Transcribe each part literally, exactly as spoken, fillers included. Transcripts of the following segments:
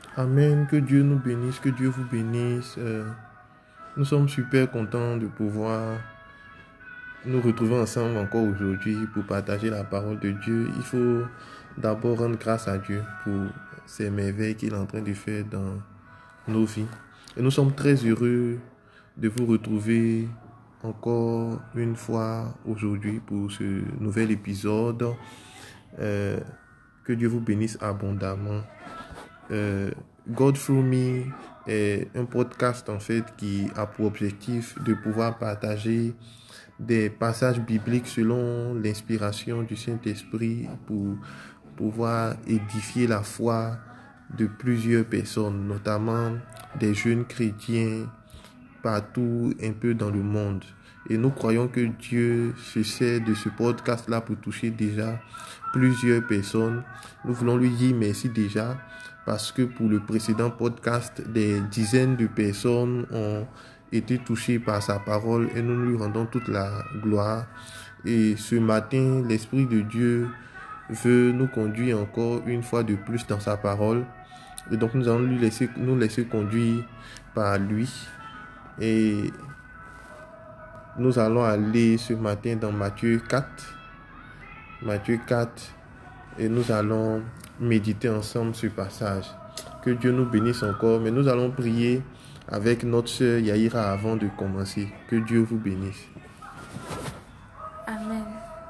Amen. Que Dieu nous bénisse, que Dieu vous bénisse. Euh, nous sommes super contents de pouvoir nous retrouver ensemble encore aujourd'hui pour partager la parole de Dieu. Il faut d'abord rendre grâce à Dieu pour ces merveilles qu'il est en train de faire dans nos vies. Et nous sommes très heureux de vous retrouver encore une fois aujourd'hui pour ce nouvel épisode. Euh, que Dieu vous bénisse abondamment. Euh, God Through Me est un podcast en fait qui a pour objectif de pouvoir partager des passages bibliques selon l'inspiration du Saint-Esprit pour pouvoir édifier la foi de plusieurs personnes, notamment des jeunes chrétiens partout un peu dans le monde. Et nous croyons que Dieu se sert de ce podcast-là pour toucher déjà plusieurs personnes. Nous voulons lui dire merci déjà parce que pour le précédent podcast, des dizaines de personnes ont été touchées par sa parole et nous lui rendons toute la gloire. Et ce matin, l'Esprit de Dieu veut nous conduire encore une fois de plus dans sa parole. Et donc nous allons lui laisser, nous laisser conduire par lui. Et nous allons aller ce matin dans Matthieu quatre. Matthieu quatre. Et nous allons méditer ensemble ce passage. Que Dieu nous bénisse encore. Mais nous allons prier avec notre sœur Yaïra avant de commencer. Que Dieu vous bénisse. Amen.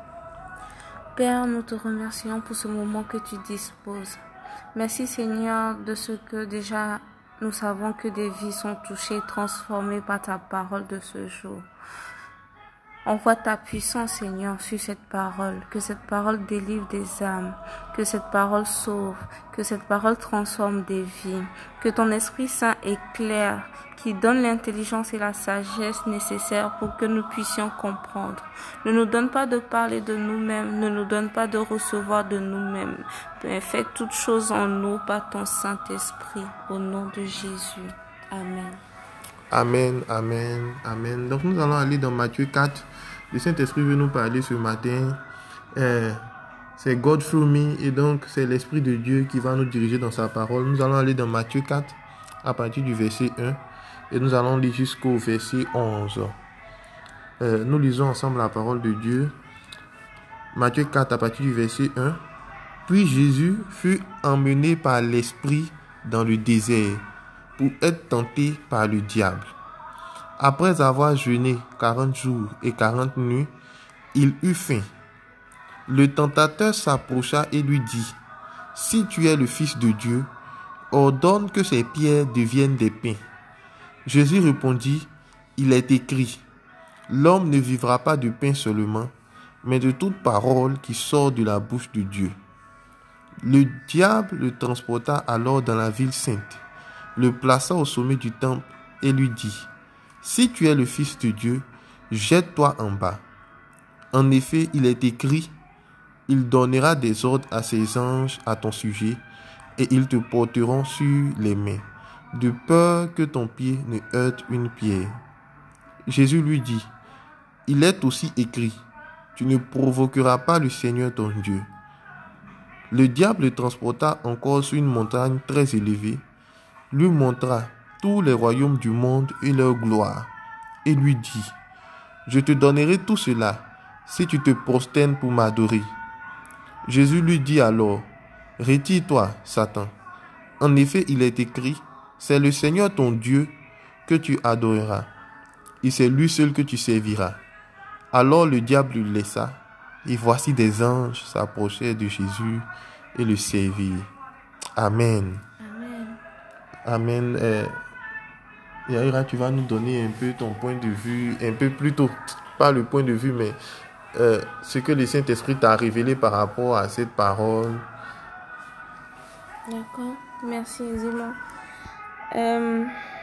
Père, nous te remercions pour ce moment que tu disposes. Merci Seigneur de ce que déjà nous savons que des vies sont touchées, transformées par ta parole de ce jour. Envoie ta puissance, Seigneur, sur cette parole, que cette parole délivre des âmes, que cette parole sauve, que cette parole transforme des vies, que ton Esprit Saint éclaire, qui donne l'intelligence et la sagesse nécessaires pour que nous puissions comprendre. Ne nous donne pas de parler de nous-mêmes, ne nous donne pas de recevoir de nous-mêmes, mais fais toutes choses en nous par ton Saint-Esprit, au nom de Jésus. Amen. Amen, amen, amen. Donc nous allons aller dans Matthieu quatre. Le Saint-Esprit veut nous parler ce matin. Euh, c'est God Through Me et donc c'est l'Esprit de Dieu qui va nous diriger dans sa parole. Nous allons aller dans Matthieu quatre à partir du verset un et nous allons lire jusqu'au verset onze. Euh, nous lisons ensemble la parole de Dieu. Matthieu quatre à partir du verset un. Puis Jésus fut emmené par l'Esprit dans le désert pour être tenté par le diable. Après avoir jeûné quarante jours et quarante nuits, il eut faim. Le tentateur s'approcha et lui dit, « Si tu es le Fils de Dieu, ordonne que ces pierres deviennent des pains. » Jésus répondit, « Il est écrit, l'homme ne vivra pas de pain seulement, mais de toute parole qui sort de la bouche de Dieu. » Le diable le transporta alors dans la ville sainte, le plaça au sommet du temple et lui dit, « Si tu es le Fils de Dieu, jette-toi en bas. En effet, il est écrit, il donnera des ordres à ses anges à ton sujet, et ils te porteront sur les mains, de peur que ton pied ne heurte une pierre. » Jésus lui dit, « Il est aussi écrit, tu ne provoqueras pas le Seigneur ton Dieu. » Le diable le transporta encore sur une montagne très élevée, lui montra tous les royaumes du monde et leur gloire, et lui dit, « Je te donnerai tout cela si tu te prosternes pour m'adorer. » Jésus lui dit alors, « Retire-toi, Satan. En effet, il est écrit, c'est le Seigneur ton Dieu que tu adoreras, et c'est lui seul que tu serviras. » Alors le diable le laissa, et voici des anges s'approchèrent de Jésus et le servirent. Amen. Amen. Euh, Yaira, tu vas nous donner un peu ton point de vue, un peu plus tôt, pas le point de vue, mais euh, ce que le Saint-Esprit t'a révélé par rapport à cette parole. D'accord, merci Zima. Euh,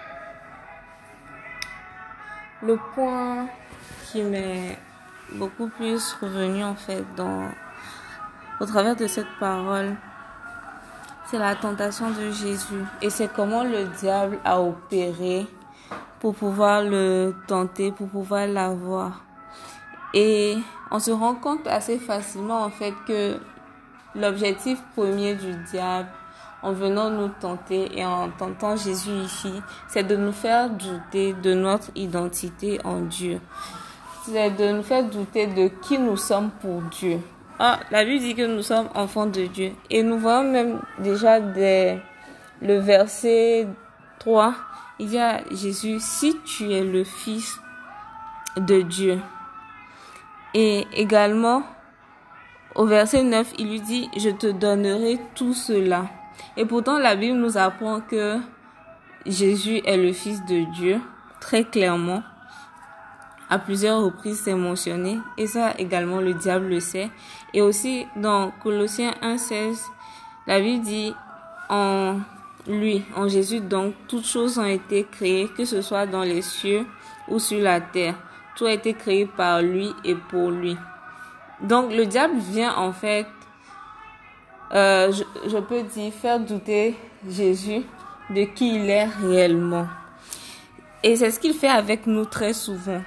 le point qui m'est beaucoup plus revenu en fait dans, au travers de cette parole, c'est la tentation de Jésus et c'est comment le diable a opéré pour pouvoir le tenter, pour pouvoir l'avoir. Et on se rend compte assez facilement en fait que l'objectif premier du diable, en venant nous tenter et en tentant Jésus ici, c'est de nous faire douter de notre identité en Dieu. C'est de nous faire douter de qui nous sommes pour Dieu. Ah, la Bible dit que nous sommes enfants de Dieu. Et nous voyons même déjà des, le verset trois, il dit à Jésus, si tu es le Fils de Dieu. Et également, au verset neuf, il lui dit, je te donnerai tout cela. Et pourtant, la Bible nous apprend que Jésus est le Fils de Dieu, très clairement. À plusieurs reprises, c'est mentionné. Et ça, également, le diable le sait. Et aussi, dans Colossiens un, seize, la Bible dit, en lui, en Jésus, donc, toutes choses ont été créées, que ce soit dans les cieux ou sur la terre. Tout a été créé par lui et pour lui. Donc, le diable vient, en fait, euh, je, je peux dire, faire douter Jésus de qui il est réellement. Et c'est ce qu'il fait avec nous très souvent.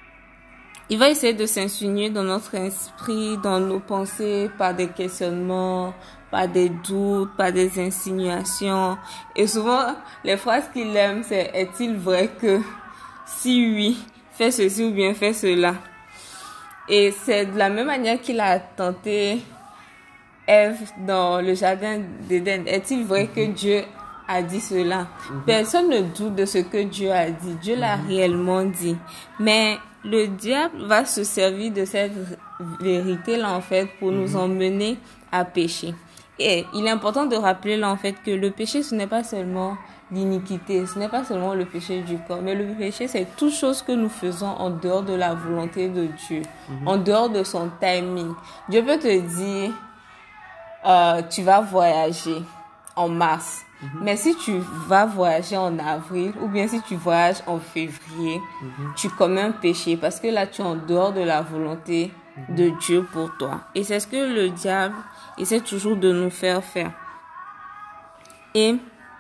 Il va essayer de s'insinuer dans notre esprit, dans nos pensées, par des questionnements, par des doutes, par des insinuations. Et souvent, les phrases qu'il aime, c'est « est-il vrai que si oui, fais ceci ou bien fais cela ?» Et c'est de la même manière qu'il a tenté Ève dans le jardin d'Éden. Est-il vrai que Dieu a dit cela? Mm-hmm. Personne ne doute de ce que Dieu a dit. Dieu l'a mm-hmm. réellement dit. Mais le diable va se servir de cette vérité-là, en fait, pour mm-hmm. nous emmener à pécher. Et il est important de rappeler, là, en fait, que le péché, ce n'est pas seulement l'iniquité, ce n'est pas seulement le péché du corps, mais le péché, c'est toute chose que nous faisons en dehors de la volonté de Dieu, mm-hmm. en dehors de son timing. Dieu peut te dire, euh, tu vas voyager en mars. Mm-hmm. Mais si tu vas voyager en avril ou bien si tu voyages en février, mm-hmm. tu commets un péché parce que là, tu es en dehors de la volonté mm-hmm. de Dieu pour toi. Et c'est ce que le diable essaie toujours de nous faire faire. Et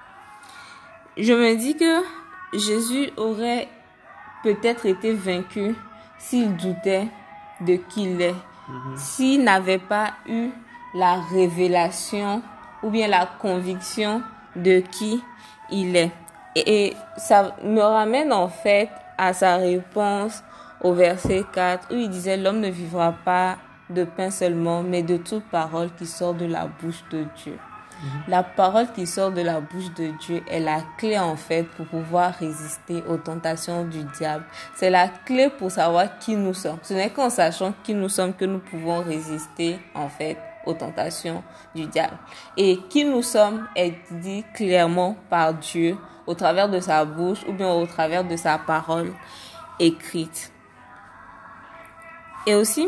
je me dis que Jésus aurait peut-être été vaincu s'il doutait de qui il est, mm-hmm. s'il n'avait pas eu la révélation ou bien la conviction de qui il est. Et, et ça me ramène en fait à sa réponse au verset quatre où il disait « L'homme ne vivra pas de pain seulement, mais de toute parole qui sort de la bouche de Dieu. » Mm-hmm. La parole qui sort de la bouche de Dieu est la clé en fait pour pouvoir résister aux tentations du diable. C'est la clé pour savoir qui nous sommes. Ce n'est qu'en sachant qui nous sommes que nous pouvons résister en fait aux tentations du diable. Et qui nous sommes est dit clairement par Dieu au travers de sa bouche ou bien au travers de sa parole écrite. Et aussi,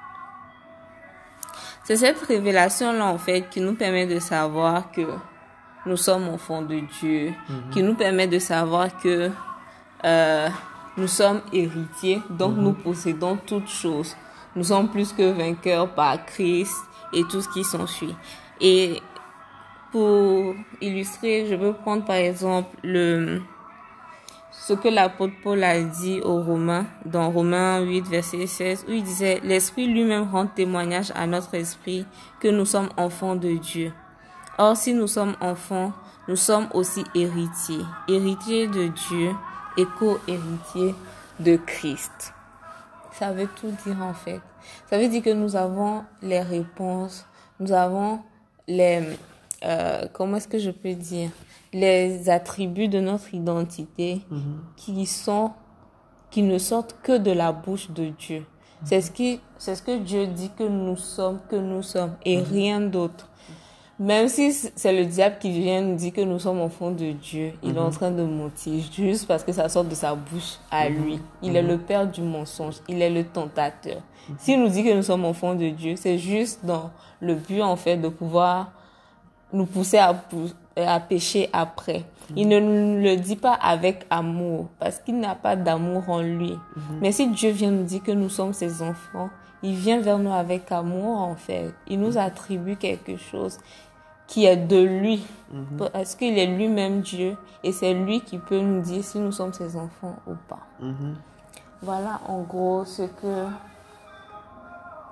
c'est cette révélation-là, en fait, qui nous permet de savoir que nous sommes enfants de Dieu, mm-hmm. qui nous permet de savoir que euh, nous sommes héritiers, donc mm-hmm. nous possédons toutes choses. Nous sommes plus que vainqueurs par Christ et tout ce qui s'ensuit. Et pour illustrer, je peux prendre par exemple le... ce que l'apôtre Paul a dit aux Romains, dans Romains huit, verset seize, où il disait « L'Esprit lui-même rend témoignage à notre esprit que nous sommes enfants de Dieu. Or, si nous sommes enfants, nous sommes aussi héritiers, héritiers de Dieu et co-héritiers de Christ. » Ça veut tout dire en fait. Ça veut dire que nous avons les réponses, nous avons les... Euh, comment est-ce que je peux dire les attributs de notre identité mm-hmm. qui sont qui ne sortent que de la bouche de Dieu. Mm-hmm. C'est ce qui c'est ce que Dieu dit que nous sommes que nous sommes et mm-hmm. rien d'autre. Même si c'est le diable qui vient nous dire que nous sommes enfants de Dieu, mm-hmm. il est en train de mentir juste parce que ça sort de sa bouche à mm-hmm. lui. Il mm-hmm. est le père du mensonge, il est le tentateur. Mm-hmm. S'il nous dit que nous sommes enfants de Dieu, c'est juste dans le but en fait de pouvoir nous pousser à, à pécher après. Mm-hmm. Il ne nous le dit pas avec amour, parce qu'il n'a pas d'amour en lui. Mm-hmm. Mais si Dieu vient nous dire que nous sommes ses enfants, il vient vers nous avec amour en fait. Il nous attribue quelque chose qui est de lui, mm-hmm. parce qu'il est lui-même Dieu, et c'est lui qui peut nous dire si nous sommes ses enfants ou pas. Mm-hmm. Voilà en gros ce que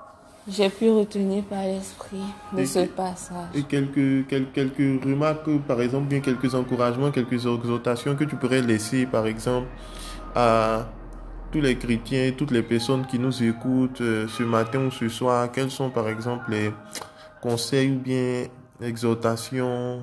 j'ai pu retenir par l'esprit de Et ce que- passage. Et quelques, quelques, quelques remarques, par exemple, bien quelques encouragements, quelques exhortations que tu pourrais laisser, par exemple, à tous les chrétiens, toutes les personnes qui nous écoutent euh, ce matin ou ce soir. Quels sont, par exemple, les conseils ou bien exhortations,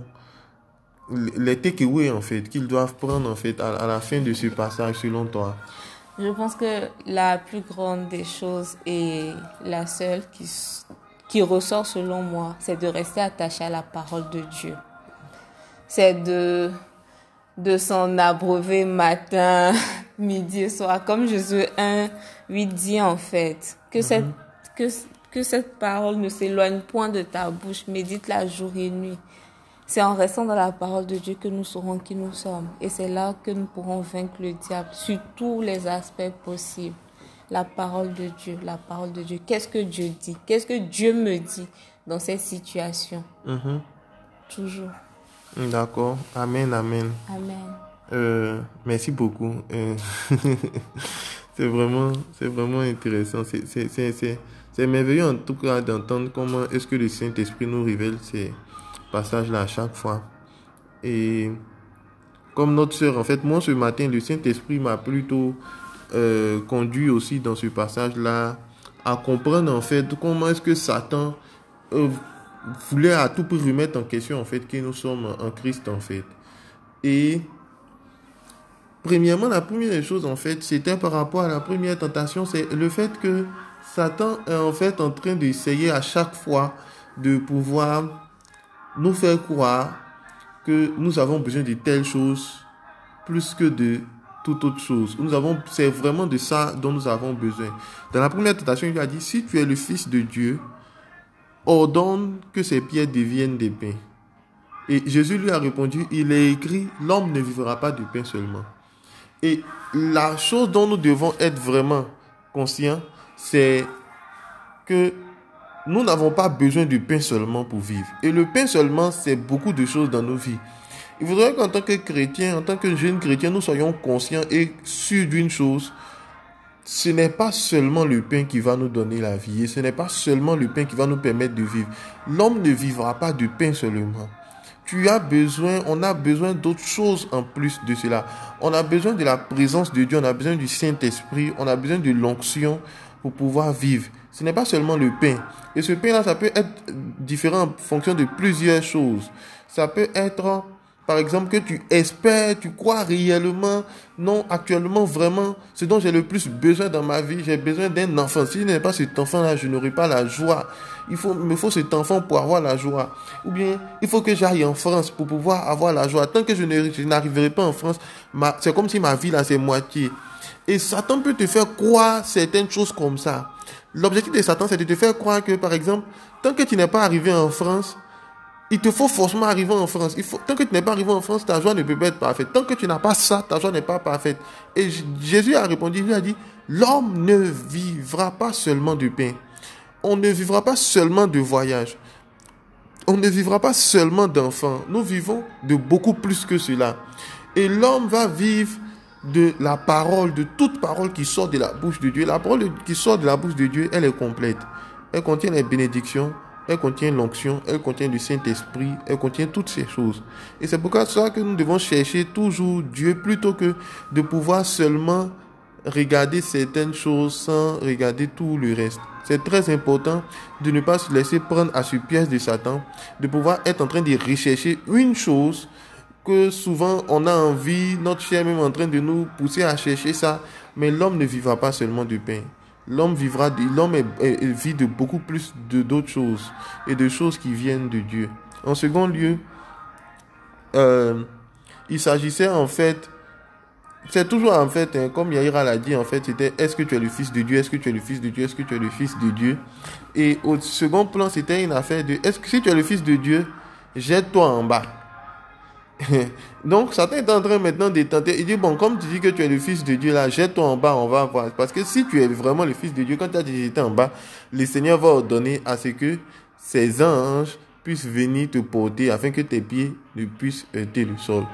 les takeaways, en fait, qu'ils doivent prendre, en fait, à, à la fin de ce passage, selon toi? Je pense que la plus grande des choses et la seule qui, s- qui ressort selon moi, c'est de rester attaché à la parole de Dieu. C'est de, de s'en abreuver matin, midi et soir. Comme Jésus un, huit dit en fait, que, cette, que, que cette parole ne s'éloigne point de ta bouche, médite-la jour et nuit. C'est en restant dans la parole de Dieu que nous saurons qui nous sommes. Et c'est là que nous pourrons vaincre le diable sur tous les aspects possibles. La parole de Dieu, la parole de Dieu. Qu'est-ce que Dieu dit? Qu'est-ce que Dieu me dit dans cette situation? Mhm. Toujours. D'accord. Amen, amen. Amen. Euh, merci beaucoup. Euh, c'est vraiment, c'est vraiment intéressant. C'est, c'est, c'est, c'est, c'est merveilleux en tout cas d'entendre comment est-ce que le Saint-Esprit nous révèle ces passages-là à chaque fois. Et comme notre sœur, en fait, moi ce matin, le Saint-Esprit m'a plutôt euh, conduit aussi dans ce passage-là à comprendre en fait comment est-ce que Satan euh, voulait à tout prix remettre en question en fait qui nous sommes en Christ en fait. Et premièrement, la première des choses, en fait, c'était par rapport à la première tentation, c'est le fait que Satan est en fait en train d'essayer à chaque fois de pouvoir nous faire croire que nous avons besoin de telle chose plus que de toute autre chose. Nous avons, c'est vraiment de ça dont nous avons besoin. Dans la première tentation, il lui a dit, si tu es le Fils de Dieu, ordonne que ces pierres deviennent des pains. Et Jésus lui a répondu, il est écrit, l'homme ne vivra pas de pain seulement. Et la chose dont nous devons être vraiment conscients, c'est que nous n'avons pas besoin du pain seulement pour vivre. Et le pain seulement, c'est beaucoup de choses dans nos vies. Il faudrait qu'en tant que chrétien, en tant que jeune chrétien, nous soyons conscients et sûrs d'une chose. Ce n'est pas seulement le pain qui va nous donner la vie. Et ce n'est pas seulement le pain qui va nous permettre de vivre. L'homme ne vivra pas de pain seulement. Tu as besoin, on a besoin d'autres choses en plus de cela. On a besoin de la présence de Dieu, on a besoin du Saint-Esprit, on a besoin de l'onction pour pouvoir vivre. Ce n'est pas seulement le pain. Et ce pain-là, ça peut être différent en fonction de plusieurs choses. Ça peut être, par exemple, que tu espères, tu crois réellement, non, actuellement, vraiment, ce dont j'ai le plus besoin dans ma vie, j'ai besoin d'un enfant. Si je n'ai pas cet enfant-là, je n'aurai pas la joie. Il faut, me faut cet enfant pour avoir la joie. Ou bien, il faut que j'aille en France pour pouvoir avoir la joie. Tant que je, ne, je n'arriverai pas en France, ma, c'est comme si ma vie là, c'est moitié. Et Satan peut te faire croire certaines choses comme ça. L'objectif de Satan, c'est de te faire croire que, par exemple, tant que tu n'es pas arrivé en France, il te faut forcément arriver en France. Il faut, tant que tu n'es pas arrivé en France, ta joie ne peut pas être parfaite. Tant que tu n'as pas ça, ta joie n'est pas parfaite. Et Jésus a répondu, il a dit, l'homme ne vivra pas seulement de pain. On ne vivra pas seulement de voyage. On ne vivra pas seulement d'enfants. Nous vivons de beaucoup plus que cela. Et l'homme va vivre de la parole, de toute parole qui sort de la bouche de Dieu. La parole qui sort de la bouche de Dieu, elle est complète. Elle contient les bénédictions. Elle contient l'onction, elle contient le Saint-Esprit, elle contient toutes ces choses. Et c'est pourquoi ça que nous devons chercher toujours Dieu plutôt que de pouvoir seulement regarder certaines choses sans regarder tout le reste. C'est très important de ne pas se laisser prendre à ce piège de Satan, de pouvoir être en train de rechercher une chose que souvent on a envie, notre chair même en train de nous pousser à chercher ça, mais l'homme ne vivra pas seulement du pain. L'homme vivra, de, l'homme est, est, est, vit de beaucoup plus de d'autres choses et de choses qui viennent de Dieu. En second lieu, euh, il s'agissait en fait, c'est toujours en fait, hein, comme Yaira l'a dit, en fait, c'était est-ce que tu es le fils de Dieu, est-ce que tu es le fils de Dieu, est-ce que tu es le fils de Dieu. Et au second plan, c'était une affaire de est-ce que si tu es le fils de Dieu, jette-toi en bas. Donc Satan est en train maintenant de tenter. Il dit bon, comme tu dis que tu es le fils de Dieu là, jette-toi en bas, on va voir. Parce que si tu es vraiment le fils de Dieu, quand tu as dit jeter en bas, le Seigneur va ordonner à ce que ses anges puissent venir te porter afin que tes pieds ne puissent heurter le sol.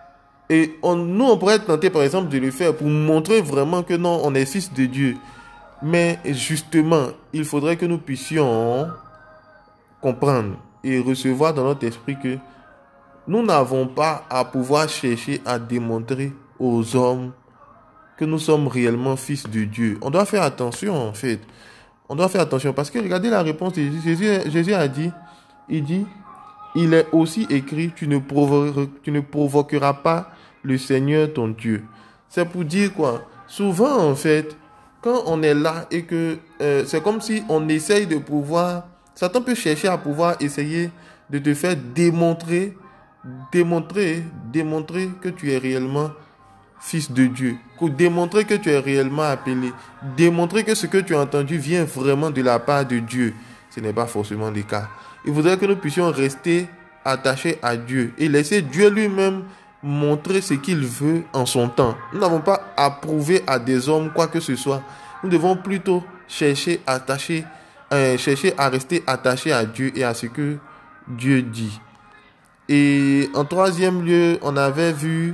Et on, nous on pourrait être tenté par exemple de le faire pour montrer vraiment que non, on est fils de Dieu. Mais justement, il faudrait que nous puissions comprendre et recevoir dans notre esprit que nous n'avons pas à pouvoir chercher à démontrer aux hommes que nous sommes réellement fils de Dieu. On doit faire attention en fait. On doit faire attention parce que regardez la réponse de Jésus. Jésus, Jésus a dit, il dit, il est aussi écrit, tu ne, provoqueras, tu ne provoqueras pas le Seigneur ton Dieu. C'est pour dire quoi? Souvent en fait, quand on est là et que euh, c'est comme si on essaye de pouvoir, Satan peut chercher à pouvoir essayer de te faire démontrer, démontrer, démontrer que tu es réellement fils de Dieu, démontrer que tu es réellement appelé, démontrer que ce que tu as entendu vient vraiment de la part de Dieu. Ce n'est pas forcément le cas. Il faudrait que nous puissions rester attachés à Dieu et laisser Dieu lui-même montrer ce qu'il veut en son temps. Nous n'avons pas à prouver à des hommes quoi que ce soit. Nous devons plutôt chercher, attacher, euh, chercher à rester attachés à Dieu et à ce que Dieu dit. Et en troisième lieu, on avait vu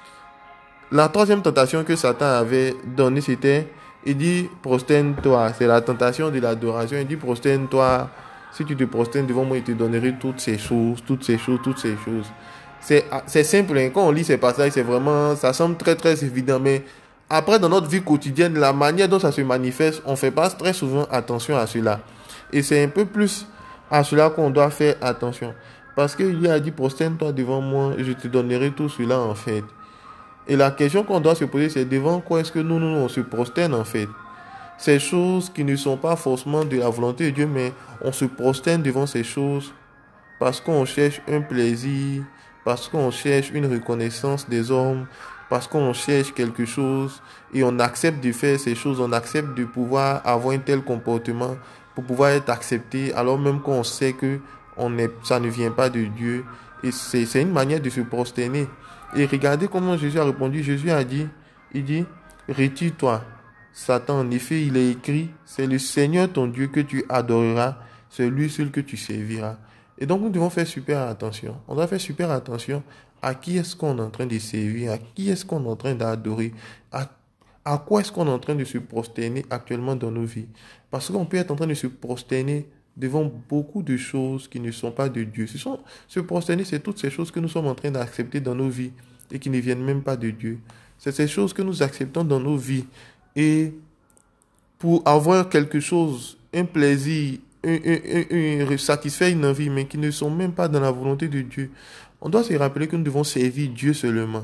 la troisième tentation que Satan avait donnée, c'était, il dit, prosterne-toi. C'est la tentation de l'adoration. Il dit, prosterne-toi. Si tu te prosternes devant moi, il te donnerai toutes ces choses, toutes ces choses, toutes ces choses. C'est, c'est simple, hein. Quand on lit ces passages, c'est vraiment, ça semble très, très évident. Mais après, dans notre vie quotidienne, la manière dont ça se manifeste, on ne fait pas très souvent attention à cela. Et c'est un peu plus à cela qu'on doit faire attention. Parce qu'il a dit, prosterne-toi devant moi, et je te donnerai tout cela, en fait. Et la question qu'on doit se poser, c'est devant quoi est-ce que nous, nous, on se prosterne en fait. Ces choses qui ne sont pas forcément de la volonté de Dieu, mais on se prosterne devant ces choses parce qu'on cherche un plaisir, parce qu'on cherche une reconnaissance des hommes, parce qu'on cherche quelque chose et on accepte de faire ces choses, on accepte de pouvoir avoir un tel comportement pour pouvoir être accepté, alors même qu'on sait que on est, ça ne vient pas de Dieu. Et c'est, c'est une manière de se prosterner. Et regardez comment Jésus a répondu. Jésus a dit, il dit, retire-toi, Satan. En effet, il est écrit, c'est le Seigneur ton Dieu que tu adoreras, c'est lui seul que tu serviras. Et donc, nous devons faire super attention. On doit faire super attention à qui est-ce qu'on est en train de servir, à qui est-ce qu'on est en train d'adorer, à, à quoi est-ce qu'on est en train de se prosterner actuellement dans nos vies. Parce qu'on peut être en train de se prosterner devant beaucoup de choses qui ne sont pas de Dieu. Ce sont, se prosterner, c'est toutes ces choses que nous sommes en train d'accepter dans nos vies et qui ne viennent même pas de Dieu. C'est ces choses que nous acceptons dans nos vies. Et pour avoir quelque chose, un plaisir, un, un, un, un, satisfaire une envie, mais qui ne sont même pas dans la volonté de Dieu, on doit se rappeler que nous devons servir Dieu seulement.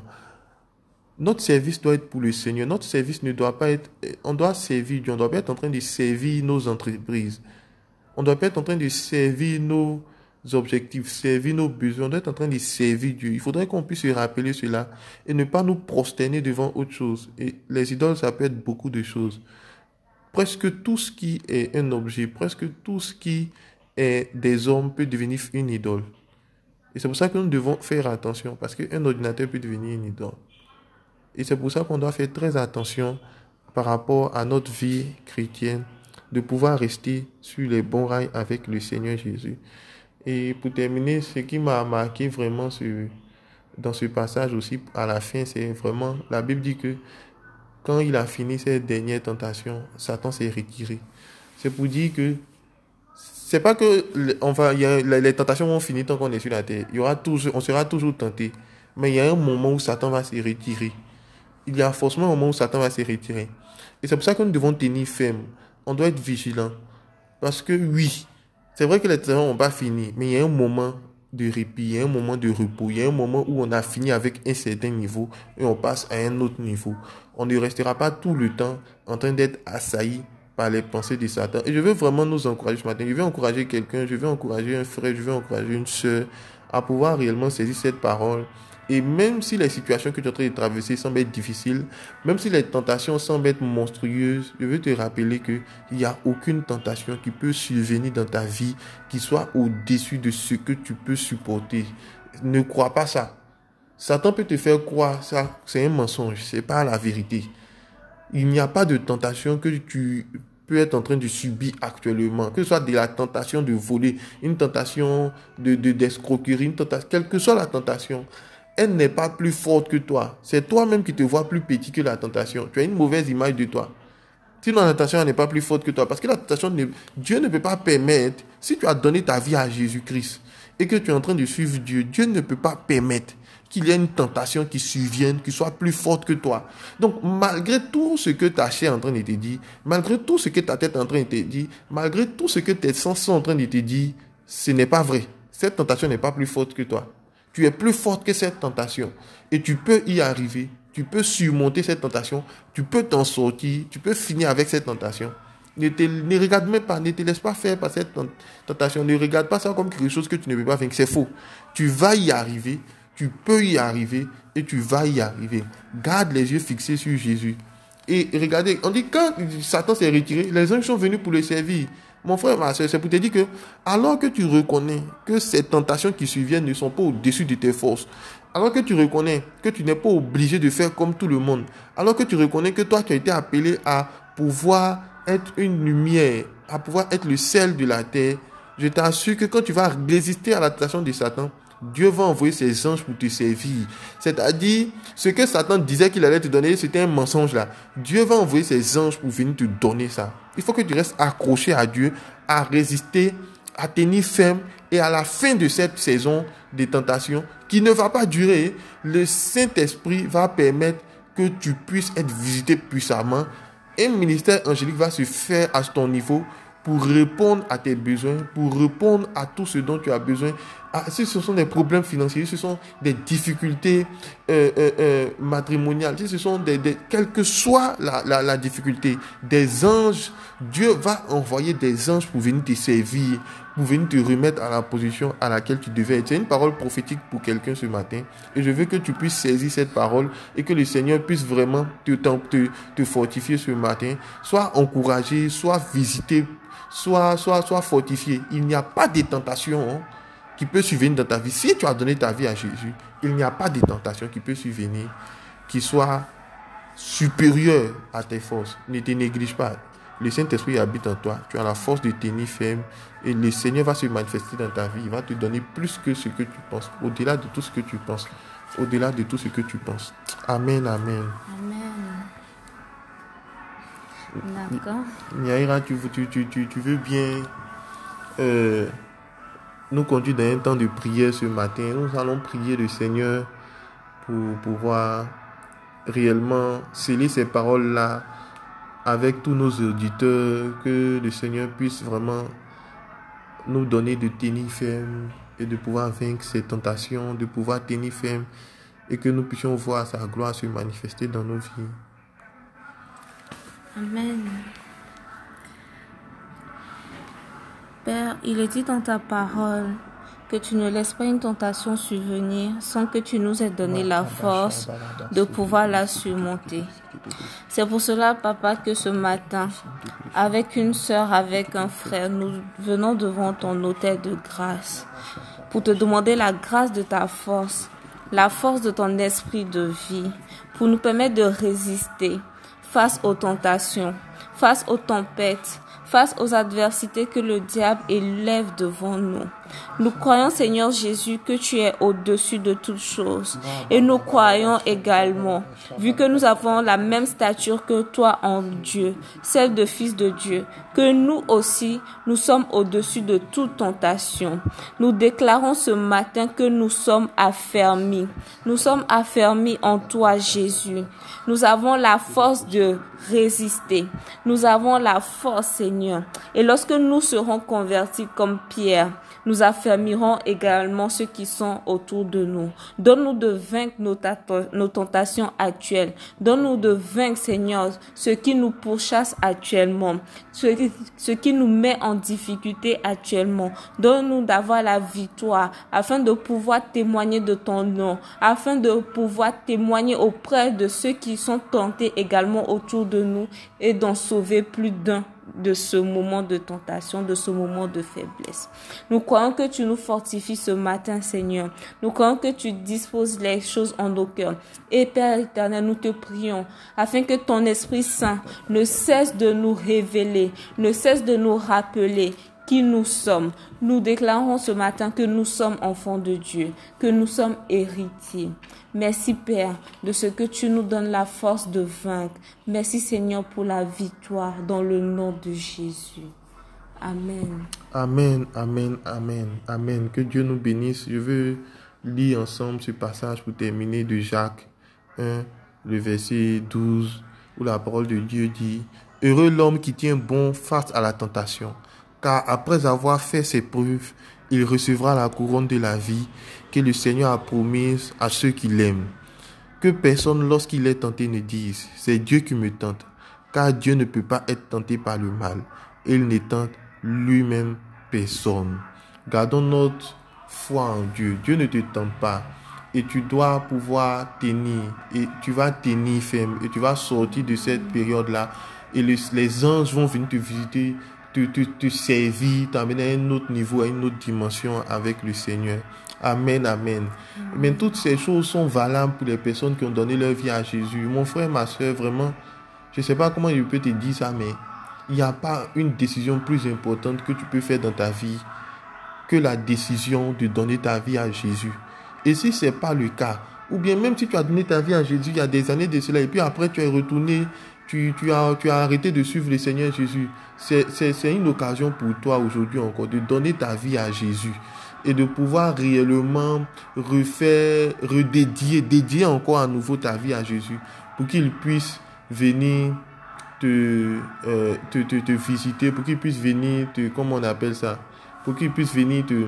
Notre service doit être pour le Seigneur. Notre service ne doit pas être... On doit servir Dieu. On ne doit pas être en train de servir nos entreprises. On ne doit pas être en train de servir nos objectifs, servir nos besoins. On doit être en train de servir Dieu. Il faudrait qu'on puisse se rappeler cela et ne pas nous prosterner devant autre chose. Et les idoles, ça peut être beaucoup de choses. Presque tout ce qui est un objet, presque tout ce qui est des hommes peut devenir une idole. Et c'est pour ça que nous devons faire attention, parce qu'un ordinateur peut devenir une idole. Et c'est pour ça qu'on doit faire très attention par rapport à notre vie chrétienne, de pouvoir rester sur les bons rails avec le Seigneur Jésus. Et pour terminer, ce qui m'a marqué vraiment sur, dans ce passage aussi, à la fin, c'est vraiment, la Bible dit que quand il a fini cette dernière tentation, Satan s'est retiré. C'est pour dire que c'est pas que on va, y a, les tentations vont finir tant qu'on est sur la terre. Il y aura toujours, on sera toujours tenté. Mais il y a un moment où Satan va se retirer. Il y a forcément un moment où Satan va se retirer. Et c'est pour ça que nous devons tenir ferme. On doit être vigilant. Parce que oui, c'est vrai que les tentations n'ont pas fini, mais il y a un moment de répit, il y a un moment de repos, il y a un moment où on a fini avec un certain niveau et on passe à un autre niveau. On ne restera pas tout le temps en train d'être assailli par les pensées de Satan. Et je veux vraiment nous encourager ce matin. Je veux encourager quelqu'un, je veux encourager un frère, je veux encourager une soeur à pouvoir réellement saisir cette parole. Et même si les situations que tu es en train de traverser semblent être difficiles, même si les tentations semblent être monstrueuses, je veux te rappeler qu'il n'y a aucune tentation qui peut survenir dans ta vie qui soit au-dessus de ce que tu peux supporter. Ne crois pas ça. Satan peut te faire croire ça, c'est un mensonge, c'est pas la vérité. Il n'y a pas de tentation que tu peux être en train de subir actuellement, que ce soit de la tentation de voler, une tentation de, de, d'escroquerie, une tentation, quelle que soit la tentation, elle n'est pas plus forte que toi. C'est toi-même qui te vois plus petit que la tentation. Tu as une mauvaise image de toi. Sinon, la tentation n'est pas plus forte que toi. Parce que la tentation, Dieu ne peut pas permettre, si tu as donné ta vie à Jésus-Christ et que tu es en train de suivre Dieu, Dieu ne peut pas permettre qu'il y ait une tentation qui survienne, qui soit plus forte que toi. Donc, malgré tout ce que ta chair est en train de te dire, malgré tout ce que ta tête est en train de te dire, malgré tout ce que tes sens sont en train de te dire, ce n'est pas vrai. Cette tentation n'est pas plus forte que toi. Tu es plus forte que cette tentation. Et tu peux y arriver. Tu peux surmonter cette tentation. Tu peux t'en sortir. Tu peux finir avec cette tentation. Ne, te, ne regarde même pas, ne te laisse pas faire par cette tentation. Ne regarde pas ça comme quelque chose que tu ne peux pas vaincre. C'est faux. Tu vas y arriver. Tu peux y arriver et tu vas y arriver. Garde les yeux fixés sur Jésus. Et regardez, on dit quand Satan s'est retiré, les anges sont venus pour le servir. Mon frère, ma soeur, c'est pour te dire que alors que tu reconnais que ces tentations qui surviennent ne sont pas au-dessus de tes forces, alors que tu reconnais que tu n'es pas obligé de faire comme tout le monde, alors que tu reconnais que toi tu as été appelé à pouvoir être une lumière, à pouvoir être le sel de la terre, je t'assure que quand tu vas résister à la tentation de Satan, Dieu va envoyer ses anges pour te servir. C'est-à-dire, ce que Satan disait qu'il allait te donner, c'était un mensonge là. Dieu va envoyer ses anges pour venir te donner ça. Il faut que tu restes accroché à Dieu, à résister, à tenir ferme. Et à la fin de cette saison de tentation, qui ne va pas durer, le Saint-Esprit va permettre que tu puisses être visité puissamment. Un ministère angélique va se faire à ton niveau pour répondre à tes besoins, pour répondre à tout ce dont tu as besoin. Ah, si ce sont des problèmes financiers, si ce sont des difficultés euh, euh, euh, matrimoniales, si ce sont des, des quelle que soit la, la, la difficulté, des anges, Dieu va envoyer des anges pour venir te servir, pour venir te remettre à la position à laquelle tu devais être. C'est une parole prophétique pour quelqu'un ce matin. Et je veux que tu puisses saisir cette parole et que le Seigneur puisse vraiment te, te, te fortifier ce matin. Sois encouragé, sois visité, sois, sois, sois fortifié. Il n'y a pas de tentation hein, qui peut survenir dans ta vie. Si tu as donné ta vie à Jésus, il n'y a pas de tentation qui peut survenir qui soit supérieure à tes forces. Ne te néglige pas. Le Saint-Esprit habite en toi. Tu as la force de tenir ferme. Et le Seigneur va se manifester dans ta vie. Il va te donner plus que ce que tu penses. Au-delà de tout ce que tu penses. Au-delà de tout ce que tu penses. Amen, amen. Amen. D'accord. Nyaira, tu, tu, tu, tu, tu veux bien euh, nous conduire dans un temps de prière ce matin. Nous allons prier le Seigneur pour pouvoir réellement sceller ces paroles-là avec tous nos auditeurs, que le Seigneur puisse vraiment nous donner de tenir ferme et de pouvoir vaincre ces tentations, de pouvoir tenir ferme et que nous puissions voir sa gloire se manifester dans nos vies. Amen. Père, il est dit dans ta parole que tu ne laisses pas une tentation survenir sans que tu nous aies donné la force de pouvoir la surmonter. C'est pour cela, Papa, que ce matin, avec une sœur, avec un frère, nous venons devant ton autel de grâce pour te demander la grâce de ta force, la force de ton esprit de vie, pour nous permettre de résister face aux tentations, face aux tempêtes, face aux adversités que le diable élève devant nous. Nous croyons, Seigneur Jésus, que tu es au-dessus de toutes choses. Et nous croyons également, vu que nous avons la même stature que toi en Dieu, celle de fils de Dieu, que nous aussi, nous sommes au-dessus de toute tentation. Nous déclarons ce matin que nous sommes affermis. Nous sommes affermis en toi, Jésus. Nous avons la force de résister. Nous avons la force, Seigneur. Et lorsque nous serons convertis comme Pierre, nous affermirons également ceux qui sont autour de nous. Donne-nous de vaincre nos, tato- nos tentations actuelles. Donne-nous de vaincre, Seigneur, ce qui nous pourchasse actuellement, ce, ce qui nous met en difficulté actuellement. Donne-nous d'avoir la victoire afin de pouvoir témoigner de ton nom, afin de pouvoir témoigner auprès de ceux qui sont tentés également autour de nous et d'en sauver plus d'un de ce moment de tentation, de ce moment de faiblesse. Nous croyons que tu nous fortifies ce matin, Seigneur. Nous croyons que tu disposes les choses en nos cœurs. Et Père éternel, nous te prions afin que ton Esprit Saint ne cesse de nous révéler, ne cesse de nous rappeler qui nous sommes. Nous déclarons ce matin que nous sommes enfants de Dieu, que nous sommes héritiers. Merci Père de ce que tu nous donnes la force de vaincre. Merci Seigneur pour la victoire dans le nom de Jésus. Amen. Amen, amen, amen, amen. Que Dieu nous bénisse. Je veux lire ensemble ce passage pour terminer de Jacques un, le verset douze, où la parole de Dieu dit: Heureux l'homme qui tient bon face à la tentation, car après avoir fait ses preuves, il recevra la couronne de la vie que le Seigneur a promise à ceux qui l'aiment. Que personne, lorsqu'il est tenté, ne dise: c'est Dieu qui me tente, car Dieu ne peut pas être tenté par le mal, et il ne tente lui-même personne. Gardons notre foi en Dieu. Dieu ne te tente pas, et tu dois pouvoir tenir, et tu vas tenir ferme, et tu vas sortir de cette période-là, et les, les anges vont venir te visiter, te, te, te servir, t'amener à un autre niveau, à une autre dimension avec le Seigneur. Amen, amen. Mais toutes ces choses sont valables pour les personnes qui ont donné leur vie à Jésus. Mon frère, ma soeur, vraiment, je ne sais pas comment je peux te dire ça, mais il n'y a pas une décision plus importante que tu peux faire dans ta vie que la décision de donner ta vie à Jésus. Et si ce n'est pas le cas, ou bien même si tu as donné ta vie à Jésus il y a des années de cela, et puis après tu es retourné, tu, tu, as, tu as arrêté de suivre le Seigneur Jésus, c'est, c'est, c'est une occasion pour toi aujourd'hui encore de donner ta vie à Jésus et de pouvoir réellement refaire, redédier, dédier encore à nouveau ta vie à Jésus pour qu'il puisse venir te, euh, te, te, te visiter, pour qu'il puisse venir te, comment on appelle ça, pour qu'il puisse venir te,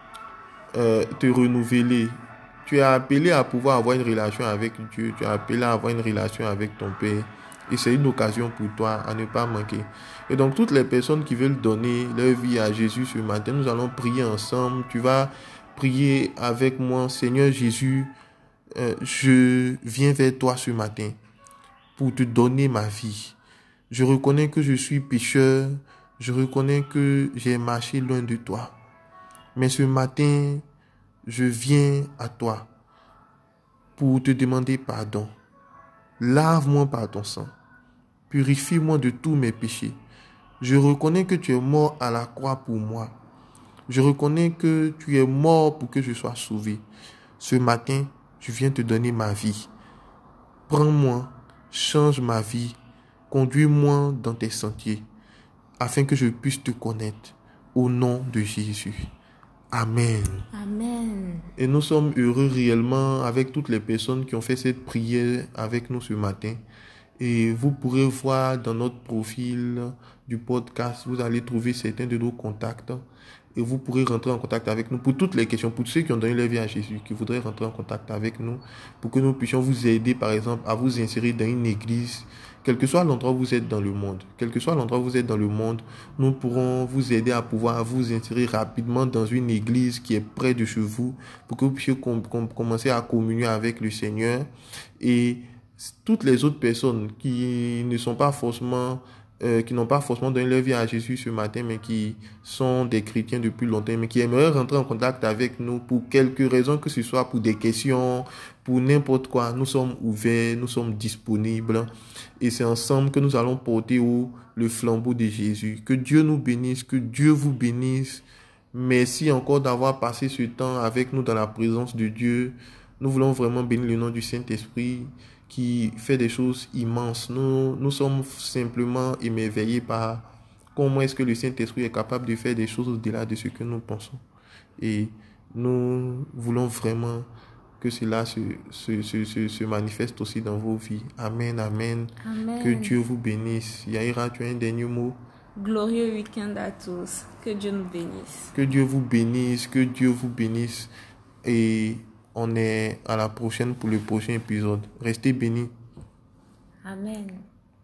euh, te renouveler. Tu es appelé à pouvoir avoir une relation avec Dieu, tu es appelé à avoir une relation avec ton Père. Et c'est une occasion pour toi à ne pas manquer. Et donc, toutes les personnes qui veulent donner leur vie à Jésus ce matin, nous allons prier ensemble. Tu vas prier avec moi: Seigneur Jésus, euh, je viens vers toi ce matin pour te donner ma vie. Je reconnais que je suis pécheur. Je reconnais que j'ai marché loin de toi. Mais ce matin, je viens à toi pour te demander pardon. Lave-moi par ton sang. Purifie-moi de tous mes péchés. Je reconnais que tu es mort à la croix pour moi. Je reconnais que tu es mort pour que je sois sauvé. Ce matin, je viens te donner ma vie. Prends-moi, change ma vie, conduis-moi dans tes sentiers, afin que je puisse te connaître. Au nom de Jésus. Amen. Amen. Et nous sommes heureux réellement avec toutes les personnes qui ont fait cette prière avec nous ce matin. Et vous pourrez voir dans notre profil du podcast, vous allez trouver certains de nos contacts. Et vous pourrez rentrer en contact avec nous pour toutes les questions, pour ceux qui ont donné leur vie à Jésus, qui voudraient rentrer en contact avec nous, pour que nous puissions vous aider, par exemple, à vous insérer dans une église, quel que soit l'endroit où vous êtes dans le monde. Quel que soit l'endroit où vous êtes dans le monde, nous pourrons vous aider à pouvoir vous insérer rapidement dans une église qui est près de chez vous, pour que vous puissiez com- com- commencer à communier avec le Seigneur. Et toutes les autres personnes qui ne sont pas forcément... Euh, qui n'ont pas forcément donné leur vie à Jésus ce matin, mais qui sont des chrétiens depuis longtemps, mais qui aimeraient rentrer en contact avec nous pour quelque raison que ce soit, pour des questions, pour n'importe quoi. Nous sommes ouverts, nous sommes disponibles, et c'est ensemble que nous allons porter haut le flambeau de Jésus. Que Dieu nous bénisse, que Dieu vous bénisse. Merci encore d'avoir passé ce temps avec nous dans la présence de Dieu. Nous voulons vraiment bénir le nom du Saint-Esprit qui fait des choses immenses. Nous, nous sommes simplement émerveillés par comment est-ce que le Saint-Esprit est capable de faire des choses au-delà de ce que nous pensons. Et nous voulons vraiment que cela se, se, se, se, se manifeste aussi dans vos vies. Amen, amen. Amen. Que Dieu vous bénisse. Yaira, tu as un dernier mot? Glorieux week-end à tous. Que Dieu nous bénisse. Que Dieu vous bénisse, que Dieu vous bénisse. Et on est à la prochaine pour le prochain épisode. Restez bénis. Amen.